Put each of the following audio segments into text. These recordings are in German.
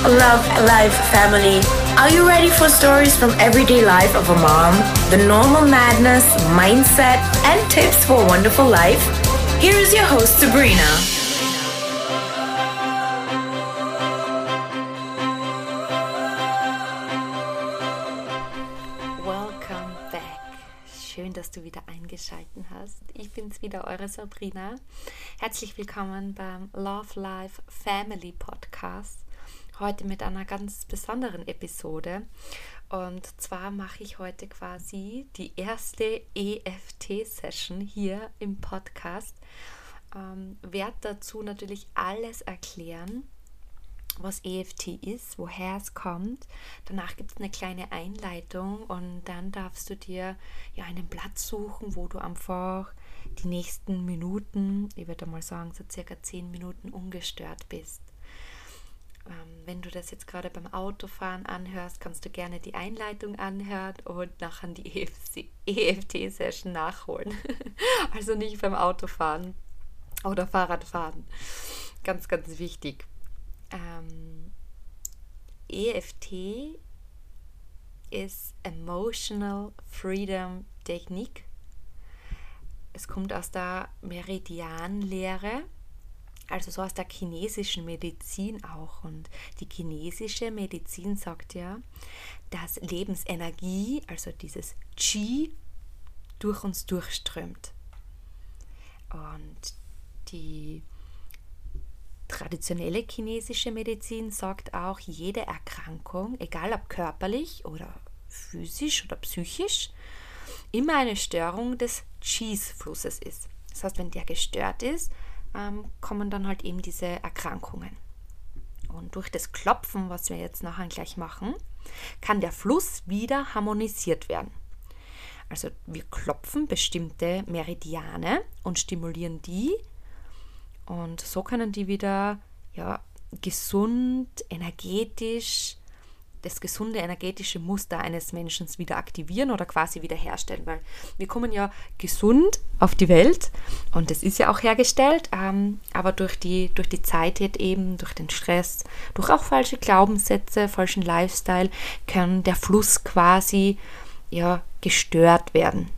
Love Life family. Are you ready for stories from everyday life of a mom? The normal madness, mindset, and tips for a wonderful life? Here is your host, Sabrina. Welcome back. Schön, dass du wieder eingeschaltet hast. Ich bin's wieder, eure Sabrina. Herzlich willkommen beim Love Life Family Podcast. Heute mit einer ganz besonderen Episode. Und zwar mache ich heute quasi die erste EFT-Session hier im Podcast. Werde dazu natürlich alles erklären, was EFT ist, woher es kommt. Danach gibt es eine kleine Einleitung und dann darfst du dir einen Platz suchen, wo du einfach die nächsten Minuten, ich würde mal sagen so circa 10 Minuten ungestört bist. Wenn du das jetzt gerade beim Autofahren anhörst, kannst du gerne die Einleitung anhören und nachher die EFT-Session nachholen. Also nicht beim Autofahren oder Fahrradfahren. Ganz, ganz wichtig. EFT ist Emotional Freedom Technique. Es kommt aus der Meridianlehre, also so aus der chinesischen Medizin auch. Und die chinesische Medizin sagt ja, dass Lebensenergie, also dieses Qi, durch uns durchströmt. Und die traditionelle chinesische Medizin sagt auch, jede Erkrankung, egal ob körperlich oder physisch oder psychisch, immer eine Störung des Qi-Flusses ist. Das heißt, wenn der gestört ist, kommen dann halt eben diese Erkrankungen. Und durch das Klopfen, was wir jetzt nachher gleich machen, kann der Fluss wieder harmonisiert werden. Also wir klopfen bestimmte Meridiane und stimulieren die und so können die wieder gesund, energetisch, das gesunde energetische Muster eines Menschen wieder aktivieren oder quasi wiederherstellen, weil wir kommen ja gesund auf die Welt und das ist ja auch hergestellt, aber durch die Zeit eben, durch den Stress, durch auch falsche Glaubenssätze, falschen Lifestyle, kann der Fluss quasi gestört werden.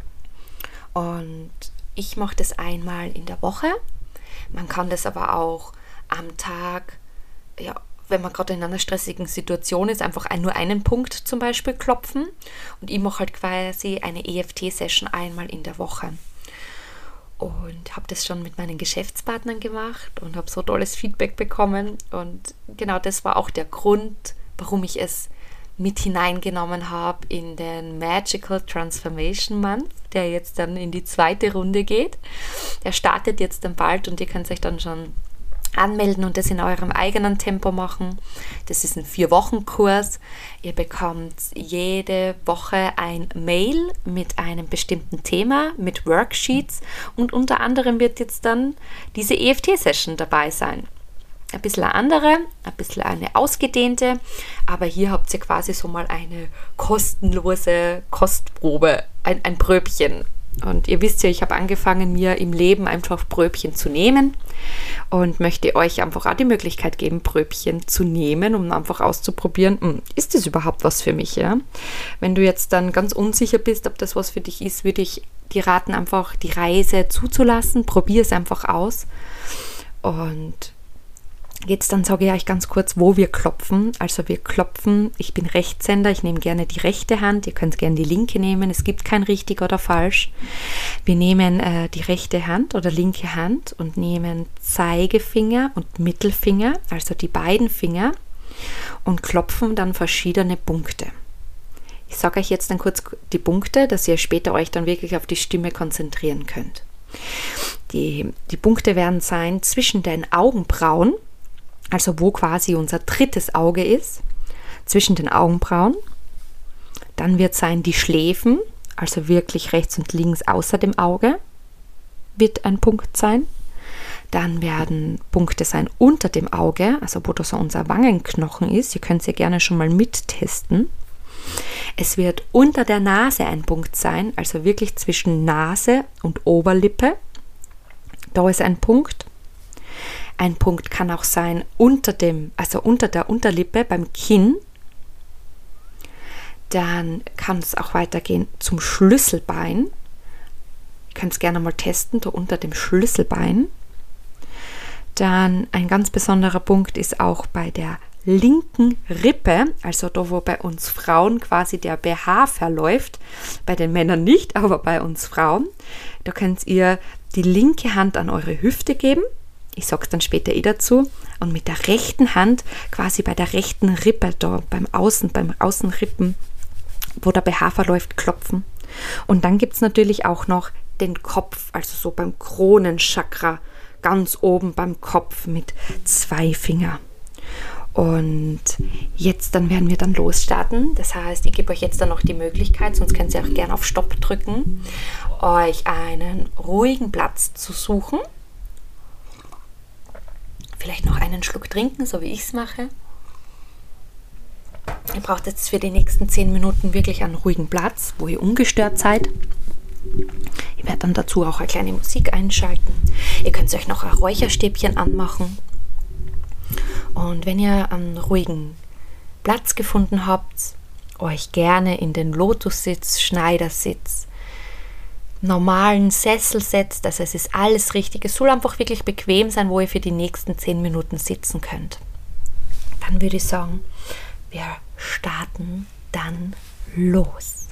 Und ich mache das einmal in der Woche. Man kann das aber auch am Tag, wenn man gerade in einer stressigen Situation ist, einfach nur einen Punkt zum Beispiel klopfen. Und ich mache halt quasi eine EFT-Session einmal in der Woche. Und habe das schon mit meinen Geschäftspartnern gemacht und habe so tolles Feedback bekommen. Und genau das war auch der Grund, warum ich es mit hineingenommen habe in den Magical Transformation Month, der jetzt dann in die 2. Runde geht. Der startet jetzt dann bald und ihr könnt euch dann schon anmelden und das in eurem eigenen Tempo machen. Das ist ein 4-Wochen-Kurs. Ihr bekommt jede Woche ein Mail mit einem bestimmten Thema, mit Worksheets und unter anderem wird jetzt dann diese EFT-Session dabei sein. Ein bisschen eine andere, ein bisschen eine ausgedehnte, aber hier habt ihr quasi so mal eine kostenlose Kostprobe, ein Pröbchen. Und ihr wisst ja, ich habe angefangen, mir im Leben einfach Pröbchen zu nehmen und möchte euch einfach auch die Möglichkeit geben, Pröbchen zu nehmen, um einfach auszuprobieren, ist das überhaupt was für mich? Ja? Wenn du jetzt dann ganz unsicher bist, ob das was für dich ist, würde ich dir raten, einfach die Reise zuzulassen, probier es einfach aus. Und jetzt dann sage ich euch ganz kurz, wo wir klopfen. Also wir klopfen, ich bin Rechtshänder, ich nehme gerne die rechte Hand, ihr könnt gerne die linke nehmen, es gibt kein richtig oder falsch. Wir nehmen die rechte Hand oder linke Hand und nehmen Zeigefinger und Mittelfinger, also die beiden Finger und klopfen dann verschiedene Punkte. Ich sage euch jetzt dann kurz die Punkte, dass ihr später euch dann wirklich auf die Stimme konzentrieren könnt. Die Punkte werden sein zwischen den Augenbrauen, also wo quasi unser 3. Auge ist, zwischen den Augenbrauen. Dann wird sein die Schläfen, also wirklich rechts und links außer dem Auge, wird ein Punkt sein. Dann werden Punkte sein unter dem Auge, also wo da so unser Wangenknochen ist. Ihr könnt es ja gerne schon mal mittesten. Es wird unter der Nase ein Punkt sein, also wirklich zwischen Nase und Oberlippe. Da ist ein Punkt. Ein Punkt kann auch sein unter der Unterlippe beim Kinn. Dann kann es auch weitergehen zum Schlüsselbein. Ihr könnt es gerne mal testen, da unter dem Schlüsselbein. Dann ein ganz besonderer Punkt ist auch bei der linken Rippe, also da, wo bei uns Frauen quasi der BH verläuft, bei den Männern nicht, aber bei uns Frauen. Da könnt ihr die linke Hand an eure Hüfte geben. Ich sage es dann später dazu. Und mit der rechten Hand quasi bei der rechten Rippe, da beim Außenrippen, wo der BH verläuft, klopfen. Und dann gibt es natürlich auch noch den Kopf, also so beim Kronenchakra, ganz oben beim Kopf mit 2 Fingern. Und jetzt dann werden wir dann losstarten. Das heißt, ich gebe euch jetzt dann noch die Möglichkeit, sonst könnt ihr auch gerne auf Stopp drücken, euch einen ruhigen Platz zu suchen. Vielleicht noch einen Schluck trinken, so wie ich es mache. Ihr braucht jetzt für die nächsten 10 Minuten wirklich einen ruhigen Platz, wo ihr ungestört seid. Ich werde dann dazu auch eine kleine Musik einschalten. Ihr könnt euch noch ein Räucherstäbchen anmachen. Und wenn ihr einen ruhigen Platz gefunden habt, euch gerne in den Lotussitz, Schneidersitz, normalen Sessel setzt, also es ist alles richtig. Es soll einfach wirklich bequem sein, wo ihr für die nächsten 10 Minuten sitzen könnt. Dann würde ich sagen, wir starten dann los.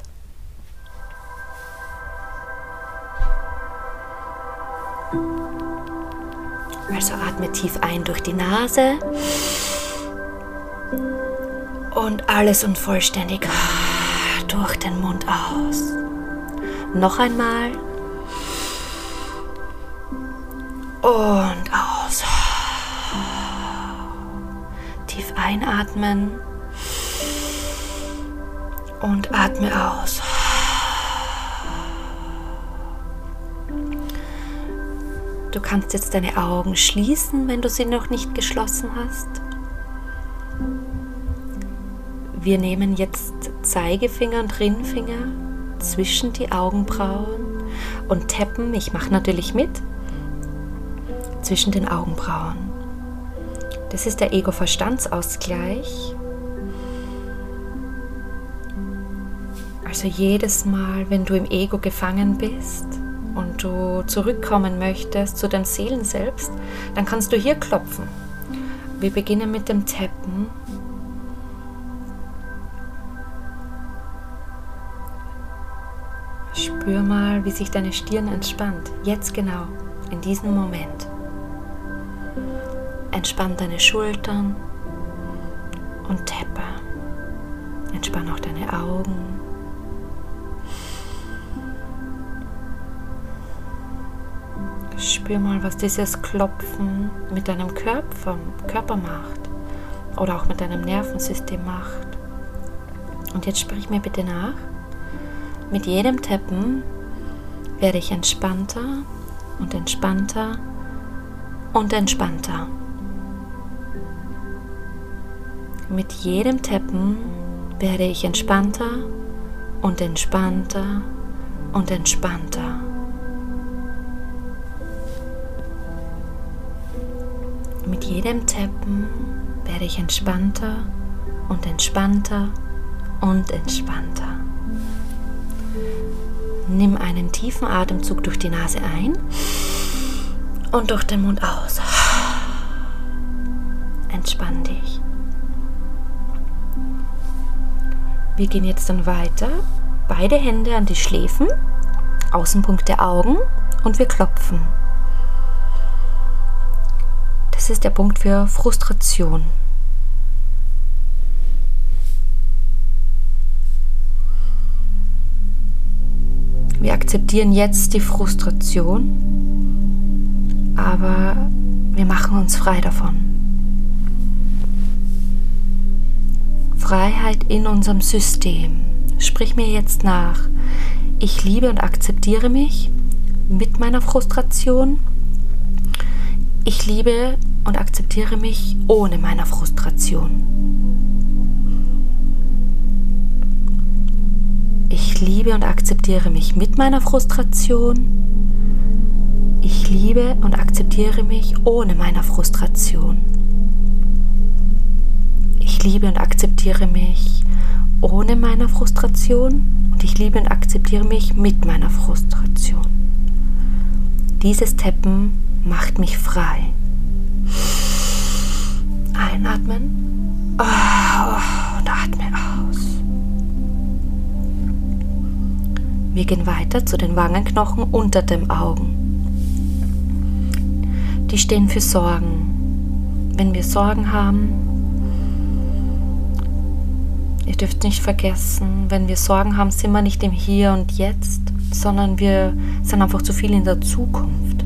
Also atme tief ein durch die Nase und alles und vollständig durch den Mund aus. Noch einmal und aus. Tief einatmen und atme aus. Du kannst jetzt deine Augen schließen, wenn du sie noch nicht geschlossen hast. Wir nehmen jetzt Zeigefinger und Ringfinger zwischen die Augenbrauen und tappen, ich mache natürlich mit, zwischen den Augenbrauen. Das ist der Ego-Verstandsausgleich. Also jedes Mal, wenn du im Ego gefangen bist und du zurückkommen möchtest zu deinem Seelenselbst, dann kannst du hier klopfen. Wir beginnen mit dem Tappen. Spür mal, wie sich deine Stirn entspannt. Jetzt genau, in diesem Moment. Entspann deine Schultern und tappe. Entspann auch deine Augen. Spür mal, was dieses Klopfen mit deinem Körper macht oder auch mit deinem Nervensystem macht. Und jetzt sprich mir bitte nach. Mit jedem Tappen werde ich entspannter und entspannter und entspannter. Mit jedem Tappen werde ich entspannter und entspannter und entspannter. Mit jedem Tappen werde ich entspannter und entspannter und entspannter. Nimm einen tiefen Atemzug durch die Nase ein und durch den Mund aus. Entspann dich. Wir gehen jetzt dann weiter. Beide Hände an die Schläfen, Außenpunkt der Augen und wir klopfen. Das ist der Punkt für Frustration. Wir akzeptieren jetzt die Frustration, aber wir machen uns frei davon. Freiheit in unserem System. Sprich mir jetzt nach. Ich liebe und akzeptiere mich mit meiner Frustration. Ich liebe und akzeptiere mich ohne meiner Frustration. Ich liebe und akzeptiere mich mit meiner Frustration. Ich liebe und akzeptiere mich ohne meiner Frustration. Ich liebe und akzeptiere mich ohne meiner Frustration und ich liebe und akzeptiere mich mit meiner Frustration. Dieses Tappen macht mich frei. Einatmen und atme aus. Wir gehen weiter zu den Wangenknochen unter den Augen. Die stehen für Sorgen. Wenn wir Sorgen haben, ihr dürft nicht vergessen, wenn wir Sorgen haben, sind wir nicht im Hier und Jetzt, sondern wir sind einfach zu viel in der Zukunft.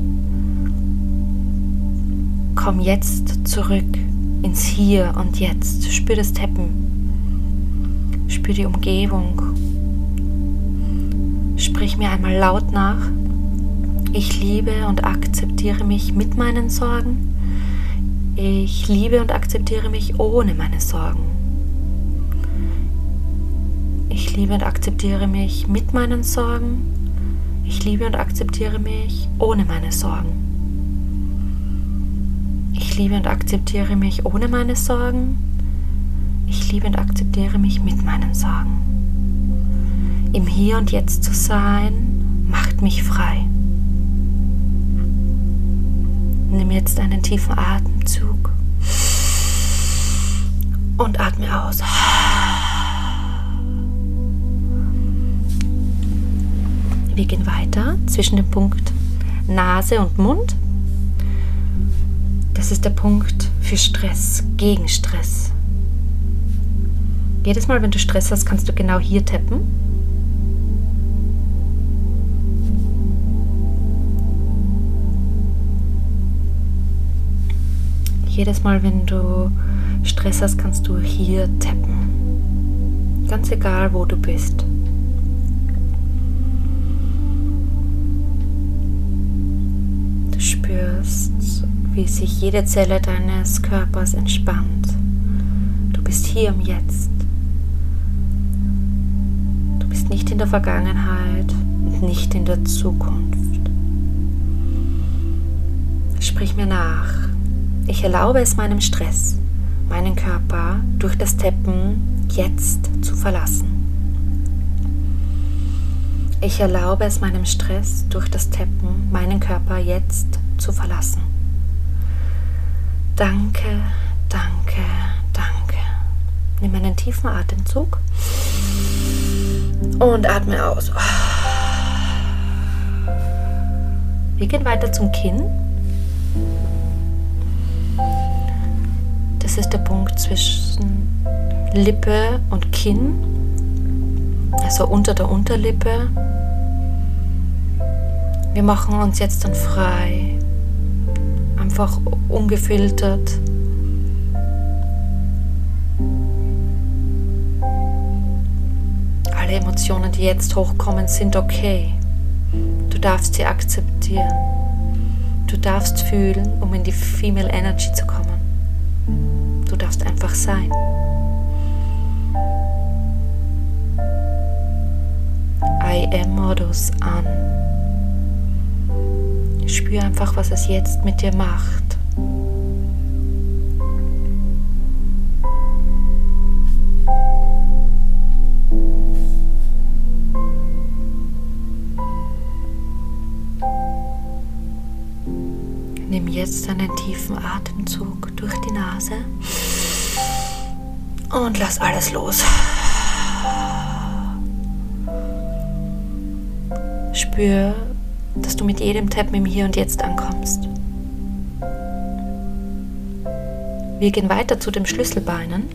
Komm jetzt zurück ins Hier und Jetzt. Spür das Tappen. Spür die Umgebung. Sprich mir einmal laut nach. Ich liebe und akzeptiere mich mit meinen Sorgen. Ich liebe und akzeptiere mich ohne meine Sorgen. Ich liebe und akzeptiere mich mit meinen Sorgen. Ich liebe und akzeptiere mich ohne meine Sorgen. Ich liebe und akzeptiere mich ohne meine Sorgen. Ich liebe und akzeptiere mich mit meinen Sorgen. Im Hier und Jetzt zu sein, macht mich frei. Nimm jetzt einen tiefen Atemzug und atme aus. Wir gehen weiter zwischen dem Punkt Nase und Mund. Das ist der Punkt für Stress, gegen Stress. Jedes Mal, wenn du Stress hast, kannst du genau hier tappen. Jedes Mal, wenn du Stress hast, kannst du hier tappen. Ganz egal, wo du bist. Du spürst, wie sich jede Zelle deines Körpers entspannt. Du bist hier im Jetzt. Du bist nicht in der Vergangenheit und nicht in der Zukunft. Sprich mir nach. Ich erlaube es meinem Stress, meinen Körper durch das Tappen jetzt zu verlassen. Ich erlaube es meinem Stress durch das Tappen, meinen Körper jetzt zu verlassen. Danke, danke, danke. Nimm einen tiefen Atemzug und atme aus. Wir gehen weiter zum Kinn. Das ist der Punkt zwischen Lippe und Kinn, also unter der Unterlippe. Wir machen uns jetzt dann frei, einfach ungefiltert. Alle Emotionen, die jetzt hochkommen, sind okay. Du darfst sie akzeptieren. Du darfst fühlen, um in die Female Energy zu kommen. Du darfst einfach sein. I am Modus an. Spür einfach, was es jetzt mit dir macht. Nimm jetzt einen tiefen Atemzug durch die Nase und lass alles los. Spür, dass du mit jedem Tappen im Hier und Jetzt ankommst. Wir gehen weiter zu den Schlüsselbeinen.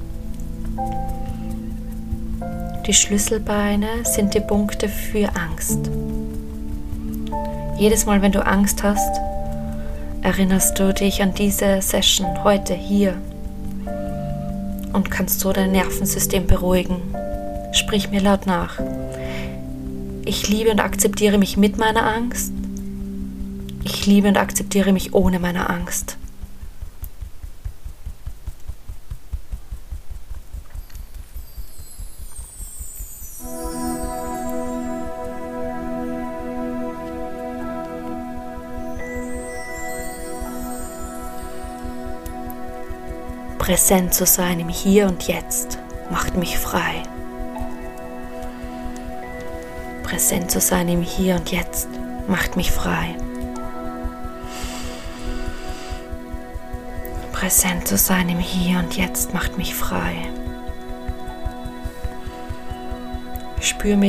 Die Schlüsselbeine sind die Punkte für Angst. Jedes Mal, wenn du Angst hast, erinnerst du dich an diese Session heute hier und kannst so dein Nervensystem beruhigen. Sprich mir laut nach. Ich liebe und akzeptiere mich mit meiner Angst. Ich liebe und akzeptiere mich ohne meine Angst. Präsent zu sein im Hier und Jetzt macht mich frei. Präsent zu sein im Hier und Jetzt macht mich frei. Präsent zu sein im Hier und Jetzt macht mich frei. Spür,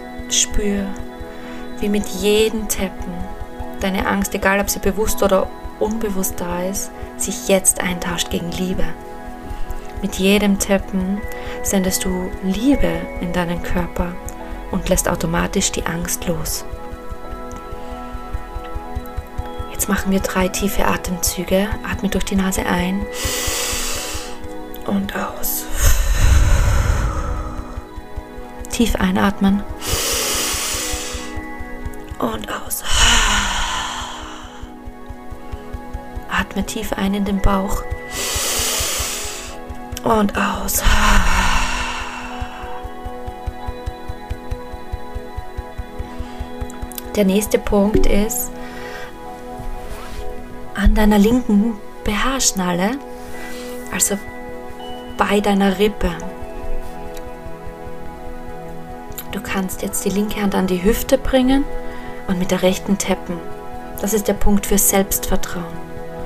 wie mit jedem Tappen deine Angst, egal ob sie bewusst oder unbewusst da ist, sich jetzt eintauscht gegen Liebe. Mit jedem Tappen sendest du Liebe in deinen Körper und lässt automatisch die Angst los. Jetzt machen wir 3 tiefe Atemzüge. Atme durch die Nase ein und aus. Tief einatmen und aus. Atme tief ein in den Bauch und aus. Der nächste Punkt ist an deiner linken BH-Schnalle, also bei deiner Rippe. Du kannst jetzt die linke Hand an die Hüfte bringen und mit der rechten tappen. Das ist der Punkt für Selbstvertrauen.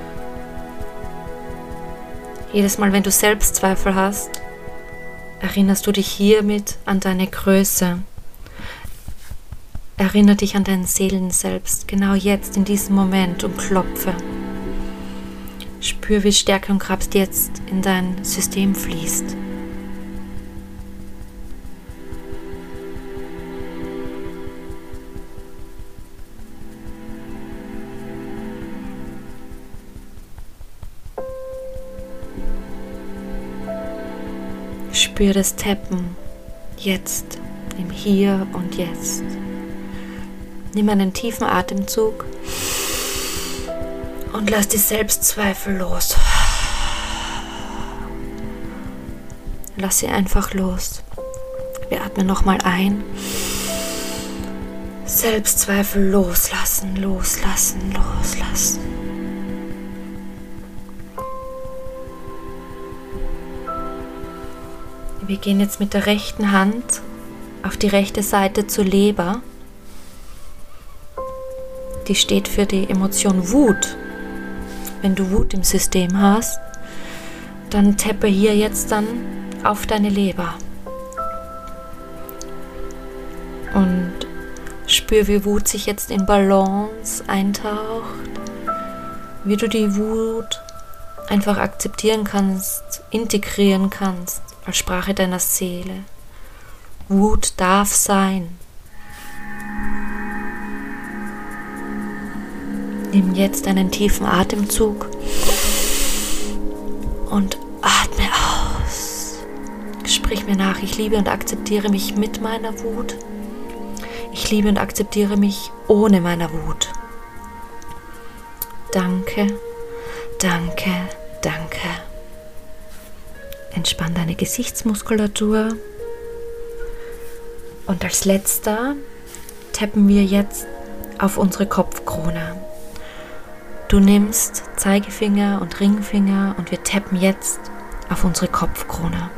Jedes Mal, wenn du Selbstzweifel hast, erinnerst du dich hiermit an deine Größe. Erinnere dich an deinen Seelenselbst, genau jetzt, in diesem Moment, und klopfe. Spür, wie Stärke und Kraft jetzt in dein System fließt. Spür das Tappen jetzt, im Hier und Jetzt. Nimm einen tiefen Atemzug und lass die Selbstzweifel los. Lass sie einfach los. Wir atmen nochmal ein. Selbstzweifel loslassen, loslassen, loslassen. Wir gehen jetzt mit der rechten Hand auf die rechte Seite zur Leber. Die steht für die Emotion Wut. Wenn du Wut im System hast, dann tappe hier jetzt dann auf deine Leber. Und spür, wie Wut sich jetzt in Balance eintaucht. Wie du die Wut einfach akzeptieren kannst, integrieren kannst als Sprache deiner Seele. Wut darf sein. Nimm jetzt einen tiefen Atemzug und atme aus. Sprich mir nach, ich liebe und akzeptiere mich mit meiner Wut. Ich liebe und akzeptiere mich ohne meiner Wut. Danke, danke, danke. Entspann deine Gesichtsmuskulatur. Und als letzter tappen wir jetzt auf unsere Kopfkrone. Du nimmst Zeigefinger und Ringfinger und wir tappen jetzt auf unsere Kopfkrone.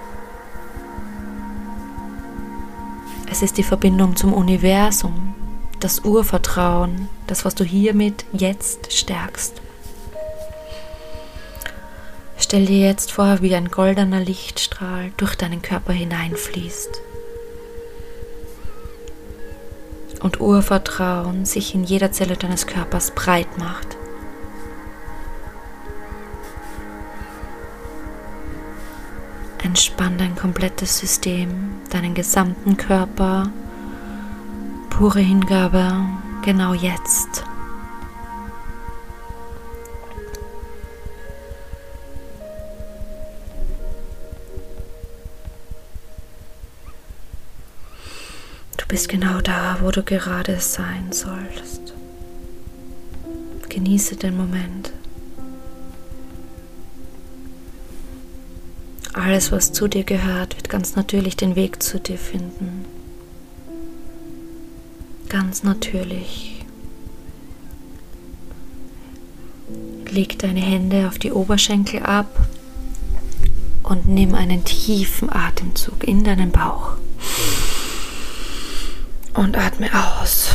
Es ist die Verbindung zum Universum, das Urvertrauen, das, was du hiermit jetzt stärkst. Stell dir jetzt vor, wie ein goldener Lichtstrahl durch deinen Körper hineinfließt und Urvertrauen sich in jeder Zelle deines Körpers breit macht. Entspann dein komplettes System, deinen gesamten Körper, pure Hingabe, genau jetzt. Du bist genau da, wo du gerade sein sollst. Genieße den Moment. Alles, was zu dir gehört, wird ganz natürlich den Weg zu dir finden. Ganz natürlich. Leg deine Hände auf die Oberschenkel ab Und nimm einen tiefen Atemzug in deinen Bauch. Und atme aus.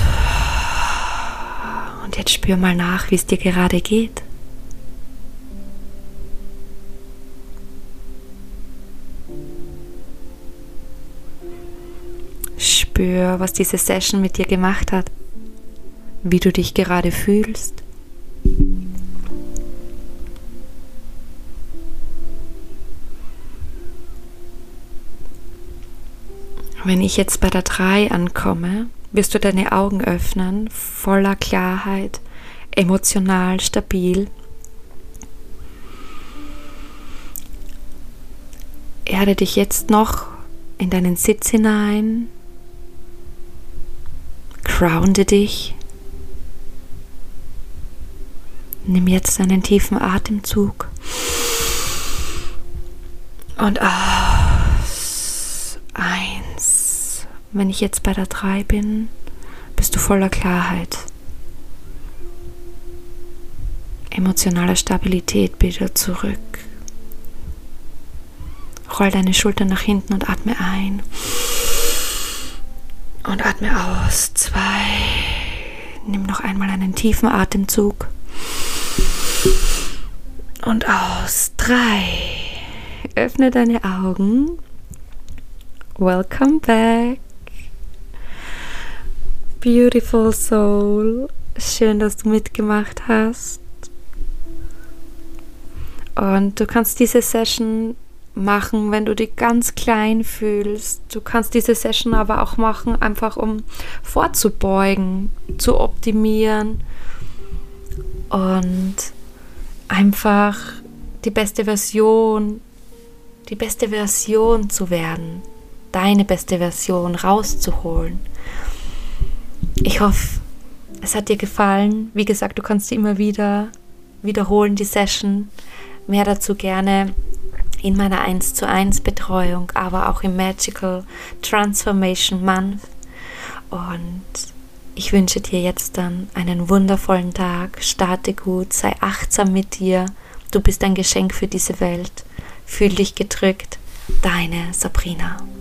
Und jetzt spür mal nach, wie es dir gerade geht. Spür, was diese Session mit dir gemacht hat, wie du dich gerade fühlst. Wenn ich jetzt bei der 3 ankomme, wirst du deine Augen öffnen, voller Klarheit, emotional stabil. Erde dich jetzt noch in deinen Sitz hinein, grounde dich. Nimm jetzt einen tiefen Atemzug und aus. 1. Wenn ich jetzt bei der 3 bin, bist du voller Klarheit, emotionaler Stabilität wieder zurück. Roll deine Schultern nach hinten und atme ein. Und atme aus. 2. Nimm noch einmal einen tiefen Atemzug. Und aus. 3. Öffne deine Augen. Welcome back. Beautiful Soul. Schön, dass du mitgemacht hast. Und du kannst diese Session machen, wenn du dich ganz klein fühlst. Du kannst diese Session aber auch machen, einfach um vorzubeugen, zu optimieren und einfach die beste Version zu werden, deine beste Version rauszuholen. Ich hoffe, es hat dir gefallen. Wie gesagt, du kannst sie immer wieder wiederholen, die Session. Mehr dazu gerne in meiner 1:1 Betreuung, aber auch im Magical Transformation Month. Und ich wünsche dir jetzt dann einen wundervollen Tag. Starte gut, sei achtsam mit dir. Du bist ein Geschenk für diese Welt. Fühl dich gedrückt. Deine Sabrina.